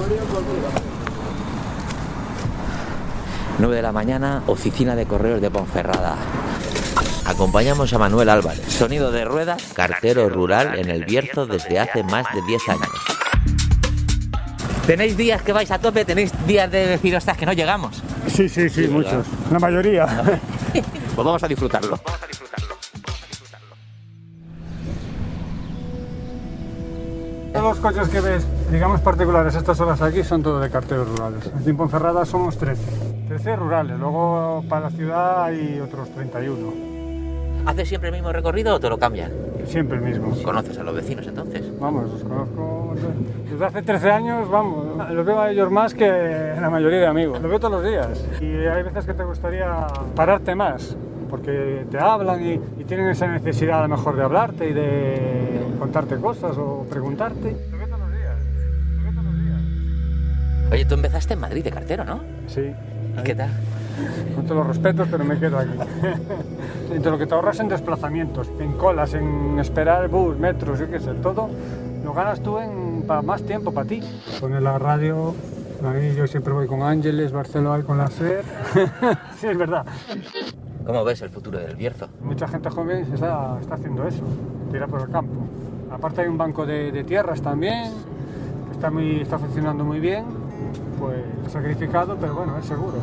9 de la mañana, oficina de correos de Ponferrada. Acompañamos a Manuel Álvarez, sonido de ruedas, cartero rural en el Bierzo desde hace más de 10 años. ¿Tenéis días que vais a tope? ¿Tenéis días de decir, ostras, que no llegamos? Sí, muchos. La mayoría. Pues vamos a disfrutarlo. Todos los coches que ves, digamos particulares, estas horas aquí, son todos de carteros rurales. Aquí en Ponferrada somos 13 rurales, luego para la ciudad hay otros 31. ¿Haces siempre el mismo recorrido o te lo cambian? Siempre el mismo. ¿Conoces a los vecinos entonces? Vamos, los conozco desde hace 13 años, vamos. Los veo a ellos más que la mayoría de amigos. Los veo todos los días. Y hay veces que te gustaría pararte más, porque te hablan y tienen esa necesidad a lo mejor de hablarte y de contarte cosas o preguntarte. Lo veo todos los días. Oye, tú empezaste en Madrid de cartero, ¿no? Sí. ¿Y qué tal? Con todos los respetos, pero me quedo aquí. Entre lo que te ahorras en desplazamientos, en colas, en esperar bus, metros, yo qué sé, todo, lo ganas tú en más tiempo para ti. Poner la radio, ahí yo siempre voy con Ángeles, Barcelona con la SER. Sí, es verdad. ¿Cómo ves el futuro del Bierzo? Mucha gente joven está haciendo eso, tira por el campo. Aparte hay un banco de tierras también, que está funcionando muy bien, pues sacrificado, pero bueno, es seguro.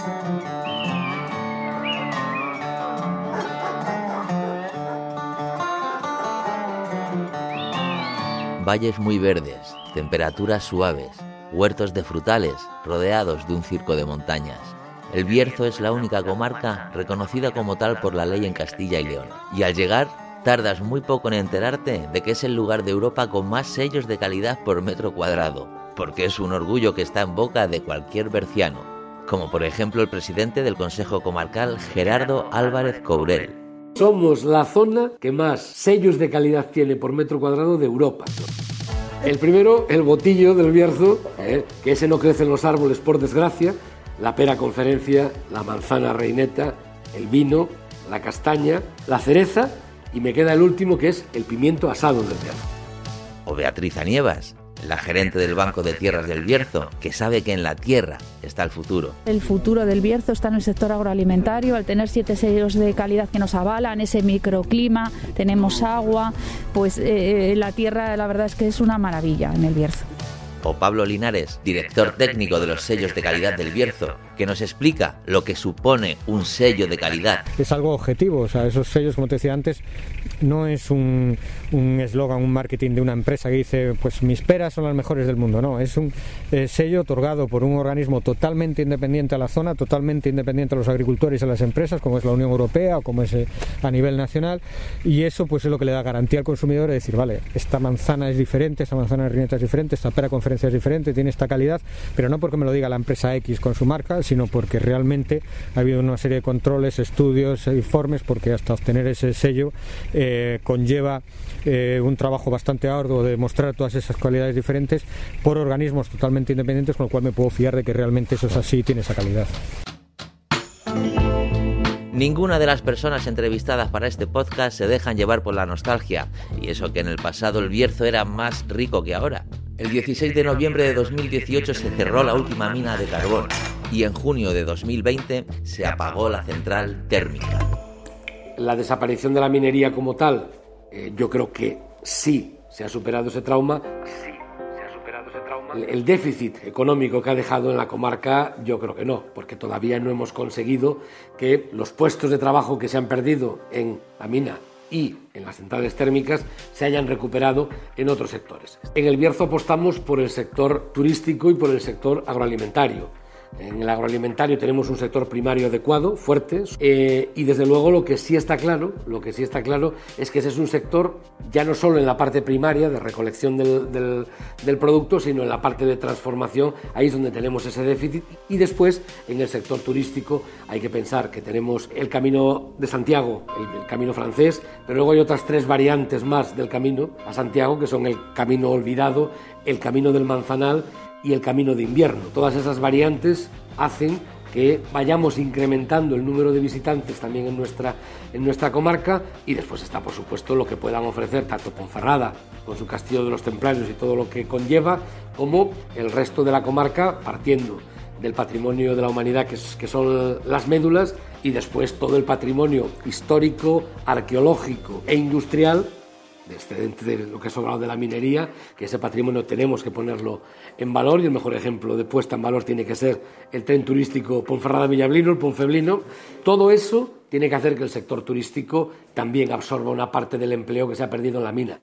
Valles muy verdes, temperaturas suaves, huertos de frutales rodeados de un circo de montañas. El Bierzo es la única comarca reconocida como tal por la ley en Castilla y León. Y al llegar, tardas muy poco en enterarte de que es el lugar de Europa con más sellos de calidad por metro cuadrado, porque es un orgullo que está en boca de cualquier berciano, como por ejemplo el presidente del Consejo Comarcal, Gerardo Álvarez Courel. Somos la zona que más sellos de calidad tiene por metro cuadrado de Europa. El primero, el botillo del Bierzo, que ese no crece en los árboles por desgracia, la pera conferencia, la manzana reineta, el vino, la castaña, la cereza y me queda el último que es el pimiento asado del Bierzo. O Beatriz Anievas, la gerente del Banco de Tierras del Bierzo, que sabe que en la tierra está el futuro. El futuro del Bierzo está en el sector agroalimentario, al tener 7 sellos de calidad que nos avalan, ese microclima, tenemos agua, pues la tierra la verdad es que es una maravilla en el Bierzo. O Pablo Linares, director técnico de los sellos de calidad del Bierzo, que nos explica lo que supone un sello de calidad. Es algo objetivo, o sea, esos sellos, como te decía antes, no es un eslogan, un marketing de una empresa que dice, pues mis peras son las mejores del mundo, no, es un sello otorgado por un organismo totalmente independiente a la zona, totalmente independiente a los agricultores y a las empresas, como es la Unión Europea o como es a nivel nacional, y eso pues es lo que le da garantía al consumidor de decir, vale, esta manzana es diferente, esta manzana de Rineta es diferente, esta pera conferencia es diferente, tiene esta calidad, pero no porque me lo diga la empresa X con su marca, sino porque realmente ha habido una serie de controles, estudios, informes, porque hasta obtener ese sello conlleva un trabajo bastante arduo de demostrar todas esas cualidades diferentes por organismos totalmente independientes, con lo cual me puedo fiar de que realmente eso es así y tiene esa calidad. Ninguna de las personas entrevistadas para este podcast se dejan llevar por la nostalgia, y eso que en el pasado el Bierzo era más rico que ahora. El 16 de noviembre de 2018 se cerró la última mina de carbón y en junio de 2020 se apagó la central térmica. La desaparición de la minería como tal, yo creo que sí se ha superado ese trauma. El déficit económico que ha dejado en la comarca, yo creo que no, porque todavía no hemos conseguido que los puestos de trabajo que se han perdido en la mina y en las centrales térmicas se hayan recuperado en otros sectores. En el Bierzo apostamos por el sector turístico y por el sector agroalimentario. En el agroalimentario tenemos un sector primario adecuado, fuerte, y desde luego lo que sí está claro es que ese es un sector ya no solo en la parte primaria de recolección del producto, sino en la parte de transformación, ahí es donde tenemos ese déficit. Y después en el sector turístico hay que pensar que tenemos el Camino de Santiago, el camino francés, pero luego hay otras 3 variantes más del camino a Santiago, que son el Camino Olvidado, el Camino del Manzanal y el Camino de Invierno. Todas esas variantes hacen que vayamos incrementando el número de visitantes también en nuestra comarca, y después está, por supuesto, lo que puedan ofrecer tanto Ponferrada con su Castillo de los Templarios y todo lo que conlleva, como el resto de la comarca, partiendo del patrimonio de la humanidad que son las médulas, y después todo el patrimonio histórico, arqueológico e industrial excedente de lo que ha sobrado de la minería, que ese patrimonio tenemos que ponerlo en valor, y el mejor ejemplo de puesta en valor tiene que ser el tren turístico Ponferrada-Villablino, el Ponfeblino. Todo eso tiene que hacer que el sector turístico también absorba una parte del empleo que se ha perdido en la mina.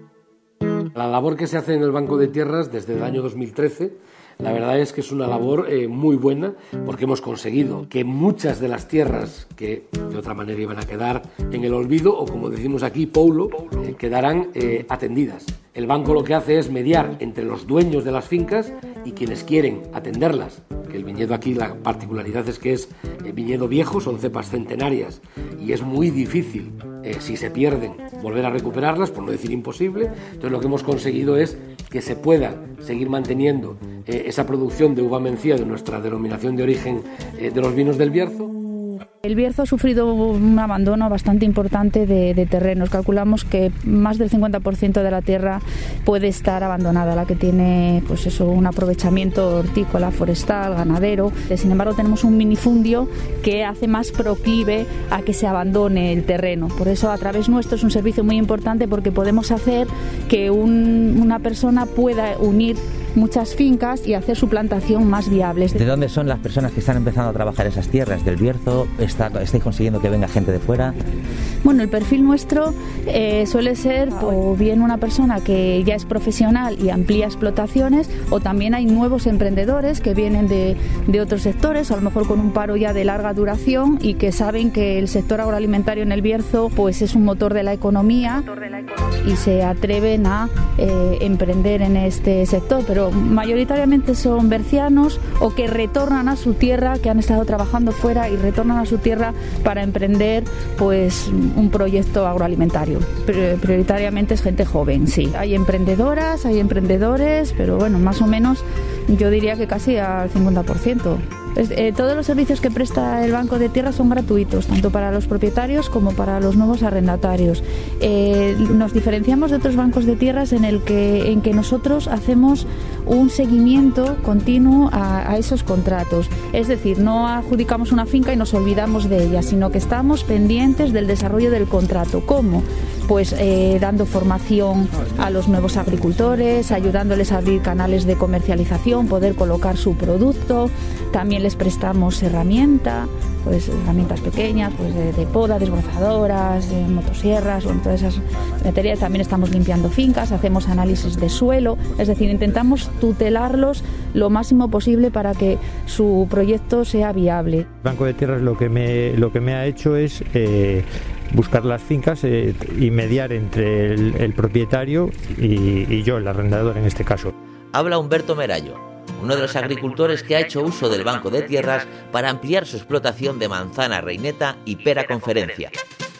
La labor que se hace en el Banco de Tierras desde el año 2013, la verdad es que es una labor muy buena, porque hemos conseguido que muchas de las tierras que de otra manera iban a quedar en el olvido, o como decimos aquí, poulo, quedarán atendidas. El banco lo que hace es mediar entre los dueños de las fincas y quienes quieren atenderlas. Que el viñedo aquí, la particularidad es que es viñedo viejo, son cepas centenarias, y es muy difícil, si se pierden, volver a recuperarlas, por no decir imposible. Entonces lo que hemos conseguido es que se pueda seguir manteniendo esa producción de uva mencía de nuestra denominación de origen de los vinos del Bierzo. El Bierzo ha sufrido un abandono bastante importante de terrenos. Calculamos que más del 50% de la tierra puede estar abandonada, la que tiene pues eso, un aprovechamiento hortícola, forestal, ganadero. Sin embargo, tenemos un minifundio que hace más proclive a que se abandone el terreno. Por eso, a través nuestro es un servicio muy importante, porque podemos hacer que una persona pueda unir muchas fincas y hacer su plantación más viable. ¿De dónde son las personas que están empezando a trabajar esas tierras? ¿Del Bierzo? ¿Estáis consiguiendo que venga gente de fuera? Bueno, el perfil nuestro suele ser o bien una persona que ya es profesional y amplía explotaciones, o también hay nuevos emprendedores que vienen de otros sectores, o a lo mejor con un paro ya de larga duración, y que saben que el sector agroalimentario en el Bierzo pues es un motor de la economía, y se atreven a emprender en este sector, pero mayoritariamente son bercianos o que retornan a su tierra, que han estado trabajando fuera y retornan a su tierra para emprender pues un proyecto agroalimentario. Prioritariamente es gente joven, sí. Hay emprendedoras, hay emprendedores, pero bueno, más o menos yo diría que casi al 50%. Todos los servicios que presta el Banco de Tierras son gratuitos, tanto para los propietarios como para los nuevos arrendatarios. Nos diferenciamos de otros bancos de tierras en que nosotros hacemos un seguimiento continuo a esos contratos. Es decir, no adjudicamos una finca y nos olvidamos de ella, sino que estamos pendientes del desarrollo del contrato. ¿Cómo? Pues dando formación a los nuevos agricultores, ayudándoles a abrir canales de comercialización, poder colocar su producto. También les prestamos herramientas pequeñas, pues de poda, desbrozadoras, motosierras, bueno, todas esas materias. También estamos limpiando fincas, hacemos análisis de suelo, es decir, intentamos tutelarlos lo máximo posible para que su proyecto sea viable. El Banco de Tierras lo que me ha hecho es buscar las fincas y mediar entre el propietario y yo, el arrendador en este caso. Habla Humberto Merallo, uno de los agricultores que ha hecho uso del Banco de Tierras para ampliar su explotación de manzana reineta y pera conferencia.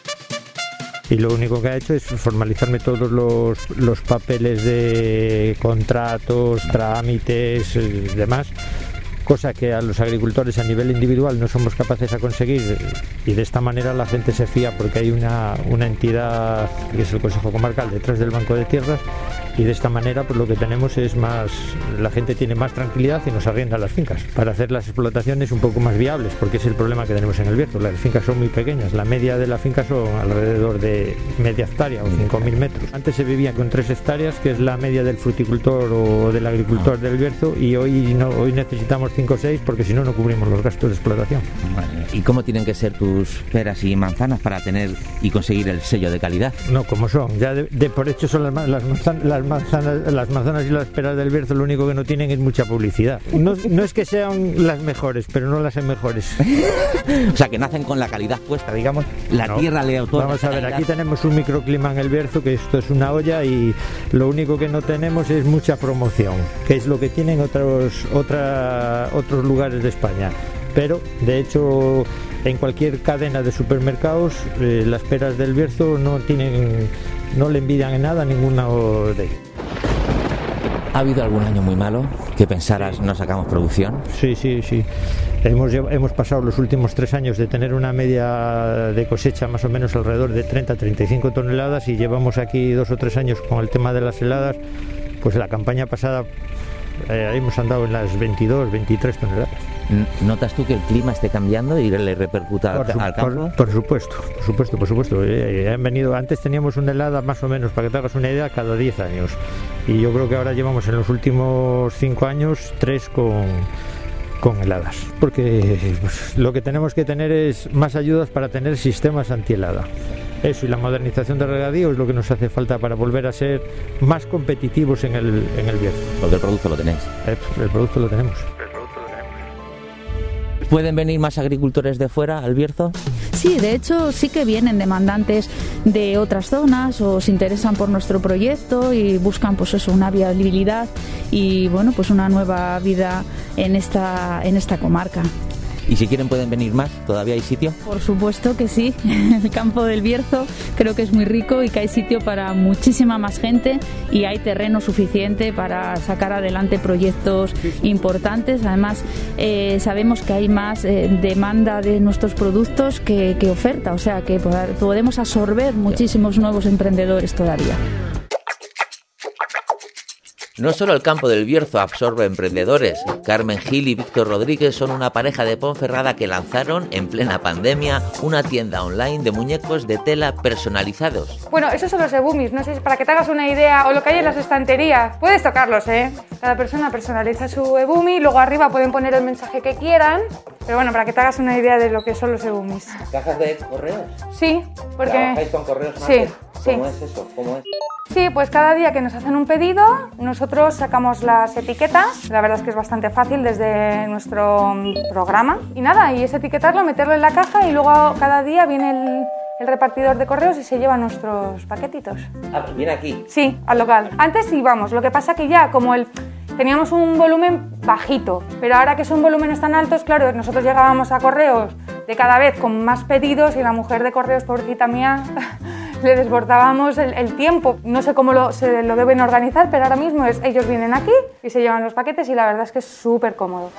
Y lo único que ha hecho es formalizarme todos los papeles de contratos, trámites y demás, cosa que a los agricultores a nivel individual no somos capaces de conseguir, y de esta manera la gente se fía porque hay una entidad que es el Consejo Comarcal detrás del Banco de Tierras, y de esta manera pues lo que tenemos es la gente tiene más tranquilidad y nos arrienda las fincas para hacer las explotaciones un poco más viables, porque es el problema que tenemos en el Bierzo. Las fincas son muy pequeñas, la media de la finca son alrededor de media hectárea o 5.000 metros. Antes se vivía con 3 hectáreas, que es la media del fruticultor o del agricultor del Bierzo, y hoy necesitamos 5 o 6 porque si no, no cubrimos los gastos de explotación. ¿Y cómo tienen que ser tus peras y manzanas para tener y conseguir el sello de calidad? No, como son, ya de por hecho son las manzanas y las peras del Bierzo, lo único que no tienen es mucha publicidad. No es que sean las mejores, pero no las hay mejores. O sea, que nacen con la calidad puesta, digamos, tierra le otorga. Vamos a ver, aquí tenemos un microclima en el Bierzo, que esto es una olla, y lo único que no tenemos es mucha promoción, que es lo que tienen otros lugares de España. Pero, de hecho, en cualquier cadena de supermercados, las peras del Bierzo no le envidian en nada a ninguno de ellos. ¿Ha habido algún año muy malo que pensaras no sacamos producción? Sí. Hemos pasado los últimos 3 años de tener una media de cosecha más o menos alrededor de 30-35 toneladas y llevamos aquí 2 o 3 años con el tema de las heladas. Pues la campaña pasada hemos andado en las 22-23 toneladas. ¿Notas tú que el clima esté cambiando y le repercuta al campo? Por supuesto. Han venido, antes teníamos una helada más o menos, para que te hagas una idea, cada 10 años. Y yo creo que ahora llevamos en los últimos 5 años 3 con heladas. Porque pues, lo que tenemos que tener es más ayudas para tener sistemas antihelada. Eso y la modernización de regadío es lo que nos hace falta para volver a ser más competitivos en el Bierzo. Porque el producto lo tenéis. El producto lo tenemos. ¿Pueden venir más agricultores de fuera al Bierzo? Sí, de hecho sí que vienen demandantes de otras zonas o se interesan por nuestro proyecto y buscan pues eso, una viabilidad y bueno, pues una nueva vida en esta comarca. ¿Y si quieren pueden venir más? ¿Todavía hay sitio? Por supuesto que sí. El campo del Bierzo creo que es muy rico y que hay sitio para muchísima más gente y hay terreno suficiente para sacar adelante proyectos importantes. Además, sabemos que hay más demanda de nuestros productos que oferta, o sea que podemos absorber muchísimos nuevos emprendedores todavía. No solo el campo del Bierzo absorbe emprendedores. Carmen Gil y Víctor Rodríguez son una pareja de Ponferrada que lanzaron, en plena pandemia, una tienda online de muñecos de tela personalizados. Bueno, esos son los ebumis, no sé si para que te hagas una idea, o lo que hay en las estanterías. Puedes tocarlos, ¿eh? Cada persona personaliza su ebumi, luego arriba pueden poner el mensaje que quieran. Pero bueno, para que te hagas una idea de lo que son los ebumis. ¿Cajas de correos? Sí, porque... ¿Trabajáis con correos? Sí. ¿Cómo es eso? ¿Cómo es? Sí, pues cada día que nos hacen un pedido, nosotros sacamos las etiquetas. La verdad es que es bastante fácil desde nuestro programa. Y nada, y es etiquetarlo, meterlo en la caja y luego cada día viene el repartidor de correos y se lleva nuestros paquetitos. Ah, pues viene aquí. Sí, al local. Antes íbamos, lo que pasa que ya como teníamos un volumen bajito, pero ahora que son volúmenes tan altos, claro, nosotros llegábamos a correos de cada vez con más pedidos y la mujer de correos, pobrecita mía, le desbordábamos el tiempo. No sé cómo se lo deben organizar, pero ahora mismo ellos vienen aquí y se llevan los paquetes y la verdad es que es súper cómodo.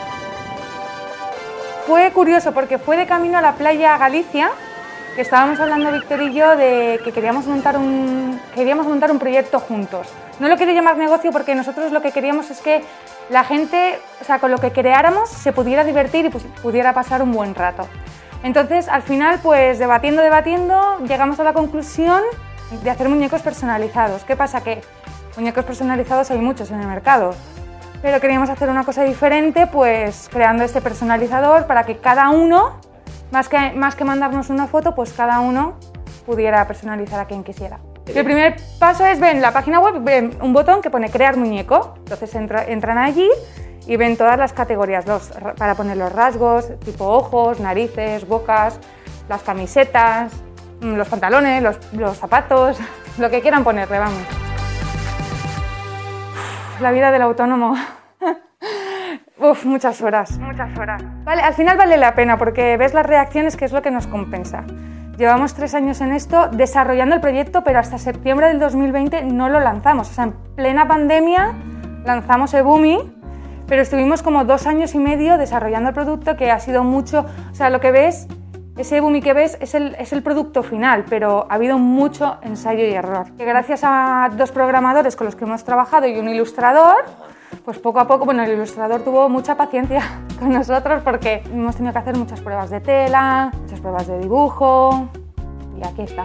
Fue curioso porque fue de camino a la playa Galicia, que estábamos hablando Víctor y yo de que queríamos montar un proyecto juntos. No lo quiero llamar negocio porque nosotros lo que queríamos es que la gente, o sea, con lo que creáramos se pudiera divertir y pues, pudiera pasar un buen rato. Entonces, al final, pues debatiendo, llegamos a la conclusión de hacer muñecos personalizados. ¿Qué pasa? Que muñecos personalizados hay muchos en el mercado, pero queríamos hacer una cosa diferente, pues creando este personalizador para que cada uno, más que mandarnos una foto, pues cada uno pudiera personalizar a quien quisiera. Y el primer paso es, ven la página web, ven un botón que pone crear muñeco, entonces entran allí y ven todas las categorías para poner los rasgos, tipo ojos, narices, bocas, las camisetas, los pantalones, los zapatos, lo que quieran ponerle, vamos. La vida del autónomo. Muchas horas. Vale, al final vale la pena porque ves las reacciones, que es lo que nos compensa. Llevamos 3 años en esto desarrollando el proyecto, pero hasta septiembre del 2020 no lo lanzamos. O sea, en plena pandemia lanzamos ebumi, pero estuvimos como 2 años y medio desarrollando el producto, que ha sido mucho. O sea, lo que ves, ese ebumi que ves es el producto final, pero ha habido mucho ensayo y error. Que gracias a 2 programadores con los que hemos trabajado y un ilustrador, pues poco a poco, bueno, el ilustrador tuvo mucha paciencia con nosotros porque hemos tenido que hacer muchas pruebas de tela, muchas pruebas de dibujo y aquí está.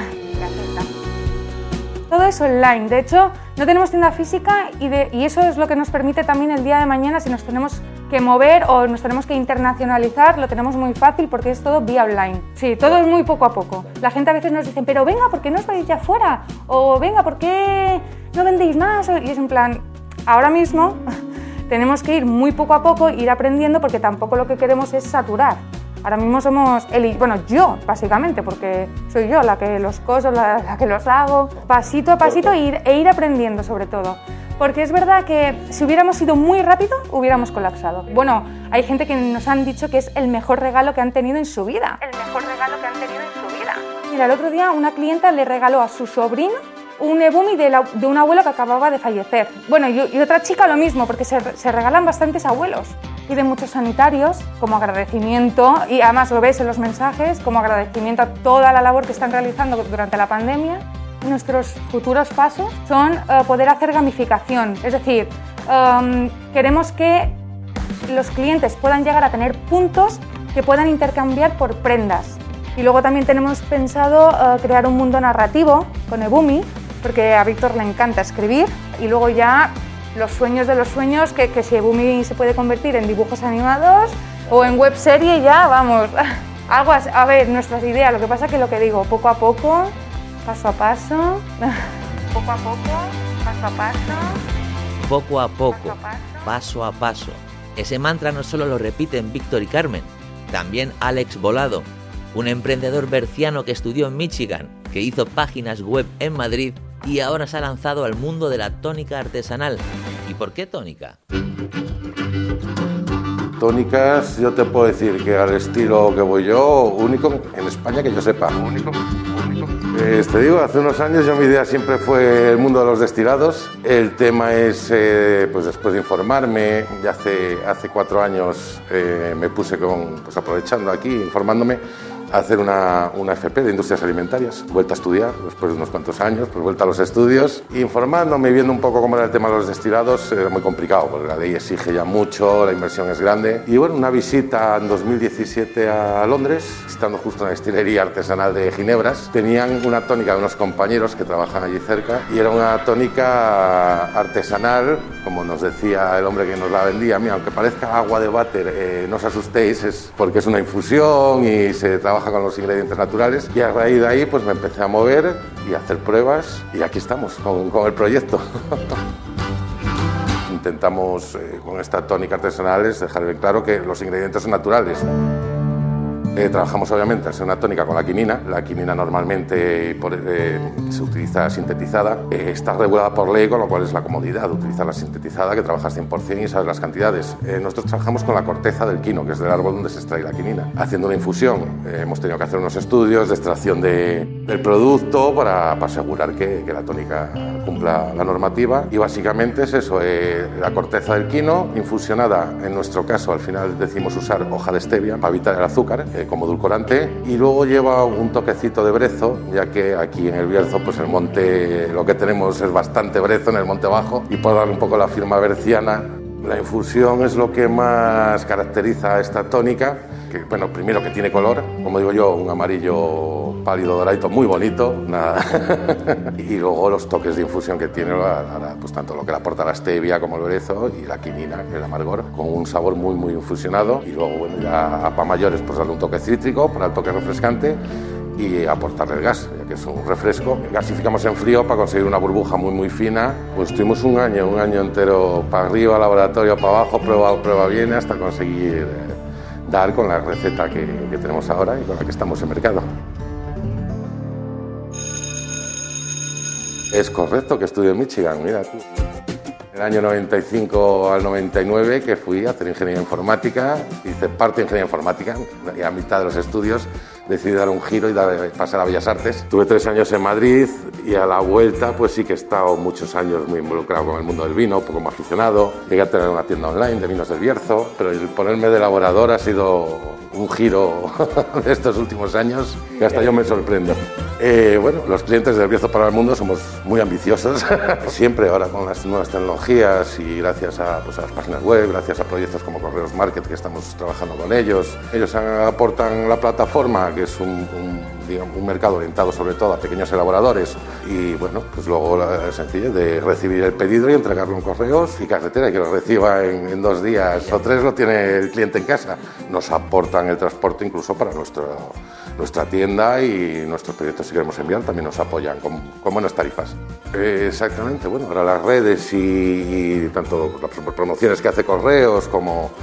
Todo es online, de hecho no tenemos tienda física y eso es lo que nos permite también el día de mañana, si nos tenemos que mover o nos tenemos que internacionalizar, lo tenemos muy fácil porque es todo vía online. Sí, todo es muy poco a poco. La gente a veces nos dice, pero venga, ¿por qué no os vais ya fuera? O venga, ¿por qué no vendéis más? Y es en plan, ahora mismo tenemos que ir muy poco a poco, ir aprendiendo porque tampoco lo que queremos es saturar. Ahora mismo somos, yo básicamente, porque soy yo la que los coso, la que los hago, pasito a pasito e ir aprendiendo sobre todo. Porque es verdad que si hubiéramos ido muy rápido, hubiéramos colapsado. Bueno, hay gente que nos han dicho que es el mejor regalo que han tenido en su vida. El mejor regalo que han tenido en su vida. Mira, el otro día una clienta le regaló a su sobrino un ebumi de un abuelo que acababa de fallecer. Bueno, y otra chica lo mismo, porque se regalan bastantes abuelos. Y de muchos sanitarios, como agradecimiento, y además lo ves en los mensajes, como agradecimiento a toda la labor que están realizando durante la pandemia. Nuestros futuros pasos son poder hacer gamificación, es decir, queremos que los clientes puedan llegar a tener puntos que puedan intercambiar por prendas. Y luego también tenemos pensado crear un mundo narrativo con ebumi, porque a Víctor le encanta escribir, y luego ya los sueños de los sueños, que si ebumi se puede convertir en dibujos animados o en webserie, ya vamos, algo así. A ver, nuestras ideas, lo que pasa que lo que digo, poco a poco, paso a paso, poco a poco, paso a paso. Poco a poco, paso a paso. Ese mantra no solo lo repiten Víctor y Carmen, también Alex Volado, un emprendedor berciano que estudió en Michigan, que hizo páginas web en Madrid y ahora se ha lanzado al mundo de la tónica artesanal. ¿Y por qué tónica? Tónicas, yo te puedo decir que al estilo que voy yo, único en España que yo sepa. Único. Te digo, hace unos años mi idea siempre fue el mundo de los destilados. El tema es, pues después de informarme, ya hace 4 años me puse pues aprovechando aquí, informándome, a hacer una FP de Industrias Alimentarias. Vuelta a estudiar, después de unos cuantos años, pues vuelta a los estudios. Informándome y viendo un poco cómo era el tema de los destilados, era muy complicado, porque la ley exige ya mucho, la inversión es grande. Y bueno, una visita en 2017 a Londres, estando justo en la destilería artesanal de Ginebras, tenían una tónica de unos compañeros que trabajan allí cerca, y era una tónica artesanal, como nos decía el hombre que nos la vendía. Mira, aunque parezca agua de váter, no os asustéis, es porque es una infusión y se trabaja con los ingredientes naturales, y a raíz de ahí pues me empecé a mover y a hacer pruebas, y aquí estamos con el proyecto. Intentamos con esta tónica artesanal es dejar bien claro que los ingredientes son naturales. Trabajamos obviamente al ser una tónica con la quinina. La quinina normalmente se utiliza sintetizada. Está regulada por ley, con lo cual es la comodidad de utilizar la sintetizada, que trabajas 100% y sabes las cantidades. Nosotros trabajamos con la corteza del quino, que es del árbol donde se extrae la quinina. Haciendo una infusión, hemos tenido que hacer unos estudios de extracción del producto para asegurar que la tónica cumpla la normativa. Y básicamente es eso, la corteza del quino infusionada. En nuestro caso, al final decidimos usar hoja de stevia para evitar el azúcar, como edulcorante, y luego lleva un toquecito de brezo, ya que aquí en el Bierzo, pues el monte, lo que tenemos es bastante brezo en el monte bajo, y por darle un poco la firma berciana. La infusión es lo que más caracteriza a esta tónica, que bueno, primero que tiene color, como digo yo, un amarillo pálido doradito muy bonito, nada. Y luego los toques de infusión que tiene, pues tanto lo que le aporta la stevia como el brezo y la quinina, que es el amargor, con un sabor muy muy infusionado. Y luego bueno, ya para mayores pues darle un toque cítrico para el toque refrescante y aportarle el gas, ya que es un refresco. Gasificamos en frío para conseguir una burbuja muy muy fina. Pues estuvimos un año entero para arriba, laboratorio, para abajo, prueba bien, hasta conseguir dar con la receta que tenemos ahora y con la que estamos en mercado. Es correcto que estudié en Michigan, mira tú. En el año 95 al 99 que fui a hacer ingeniería informática, hice parte de ingeniería informática y a mitad de los estudios decidí dar un giro y pasar a Bellas Artes. Tuve 3 años en Madrid y a la vuelta pues sí que he estado muchos años muy involucrado con el mundo del vino, un poco más aficionado. Llegué a tener una tienda online de vinos del Bierzo, pero el ponerme de elaborador ha sido un giro de estos últimos años que hasta yo me sorprendo. Bueno, los clientes del Bierzo para el Mundo somos muy ambiciosos. Siempre ahora con las nuevas tecnologías y gracias a las páginas web, gracias a proyectos como Correos Market que estamos trabajando con ellos. Ellos aportan la plataforma, que es un mercado orientado sobre todo a pequeños elaboradores, y bueno, pues luego la sencillez de recibir el pedido y entregarlo en correos y carretera, y que lo reciba en 2 días o 3 lo tiene el cliente en casa. Nos aportan el transporte incluso para nuestra tienda, y nuestros proyectos, si queremos enviar, también nos apoyan con buenas tarifas. Exactamente, bueno, ahora las redes y tanto las promociones que hace Correos como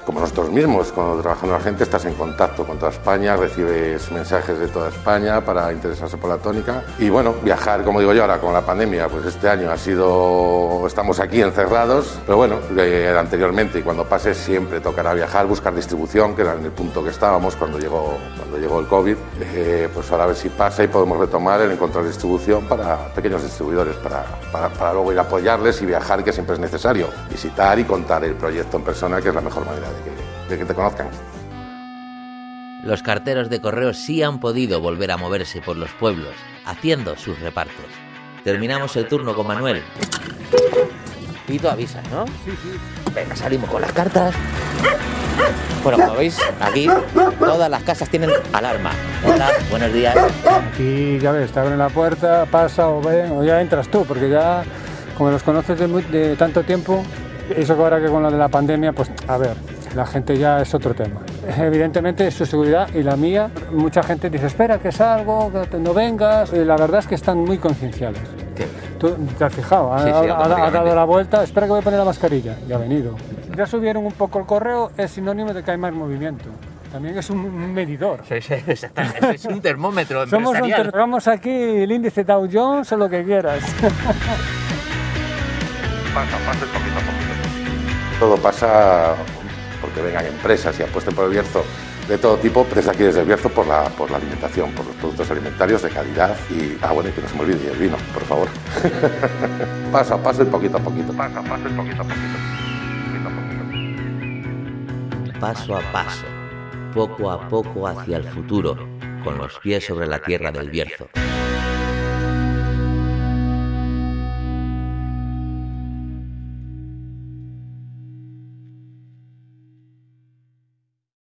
como nosotros mismos, cuando trabajando la gente estás en contacto con toda España, recibes mensajes de toda España para interesarse por la tónica. Y bueno, viajar, como digo yo, ahora con la pandemia, pues este año estamos aquí encerrados, pero bueno, anteriormente y cuando pase siempre tocará viajar, buscar distribución, que era en el punto que estábamos cuando llegó el COVID. Pues ahora a ver si pasa y podemos retomar el encontrar distribución para pequeños distribuidores, para luego ir a apoyarles y viajar, que siempre es necesario, visitar y contar el proyecto en persona, que es la mejor manera de que te conozcan. Los carteros de correos sí han podido volver a moverse por los pueblos, haciendo sus repartos. Terminamos el turno con Manuel. Y tú avisas, ¿no? Sí. Venga, salimos con las cartas. Bueno, como veis, aquí todas las casas tienen alarma. Hola, buenos días. Aquí ya ves, te abren la puerta, pasa o ven, o ya entras tú, porque ya, como los conoces de tanto tiempo, eso que ahora que con lo de la pandemia, pues a ver, la gente ya es otro tema. Evidentemente su seguridad y la mía, mucha gente dice, espera que salgo, que no vengas, y la verdad es que están muy concienciales. ¿Qué? ¿Tú te has fijado? Sí, Ha dado la vuelta, espera que voy a poner la mascarilla, y ha venido. Ya subieron un poco el correo, es sinónimo de que hay más movimiento. También es un medidor. Sí, exactamente. Es un termómetro empresarial. Vamos aquí el índice Dow Jones o lo que quieras. Pasa poquito a poquito. Todo pasa porque vengan empresas y apuesten por el Bierzo de todo tipo, desde aquí, desde el Bierzo, por la alimentación, por los productos alimentarios de calidad y, bueno, y que no se me olvide, y el vino, por favor. Paso a paso y poquito a poquito. Paso a paso y poquito a poquito. Paso a paso, poco a poco hacia el futuro, con los pies sobre la tierra del Bierzo.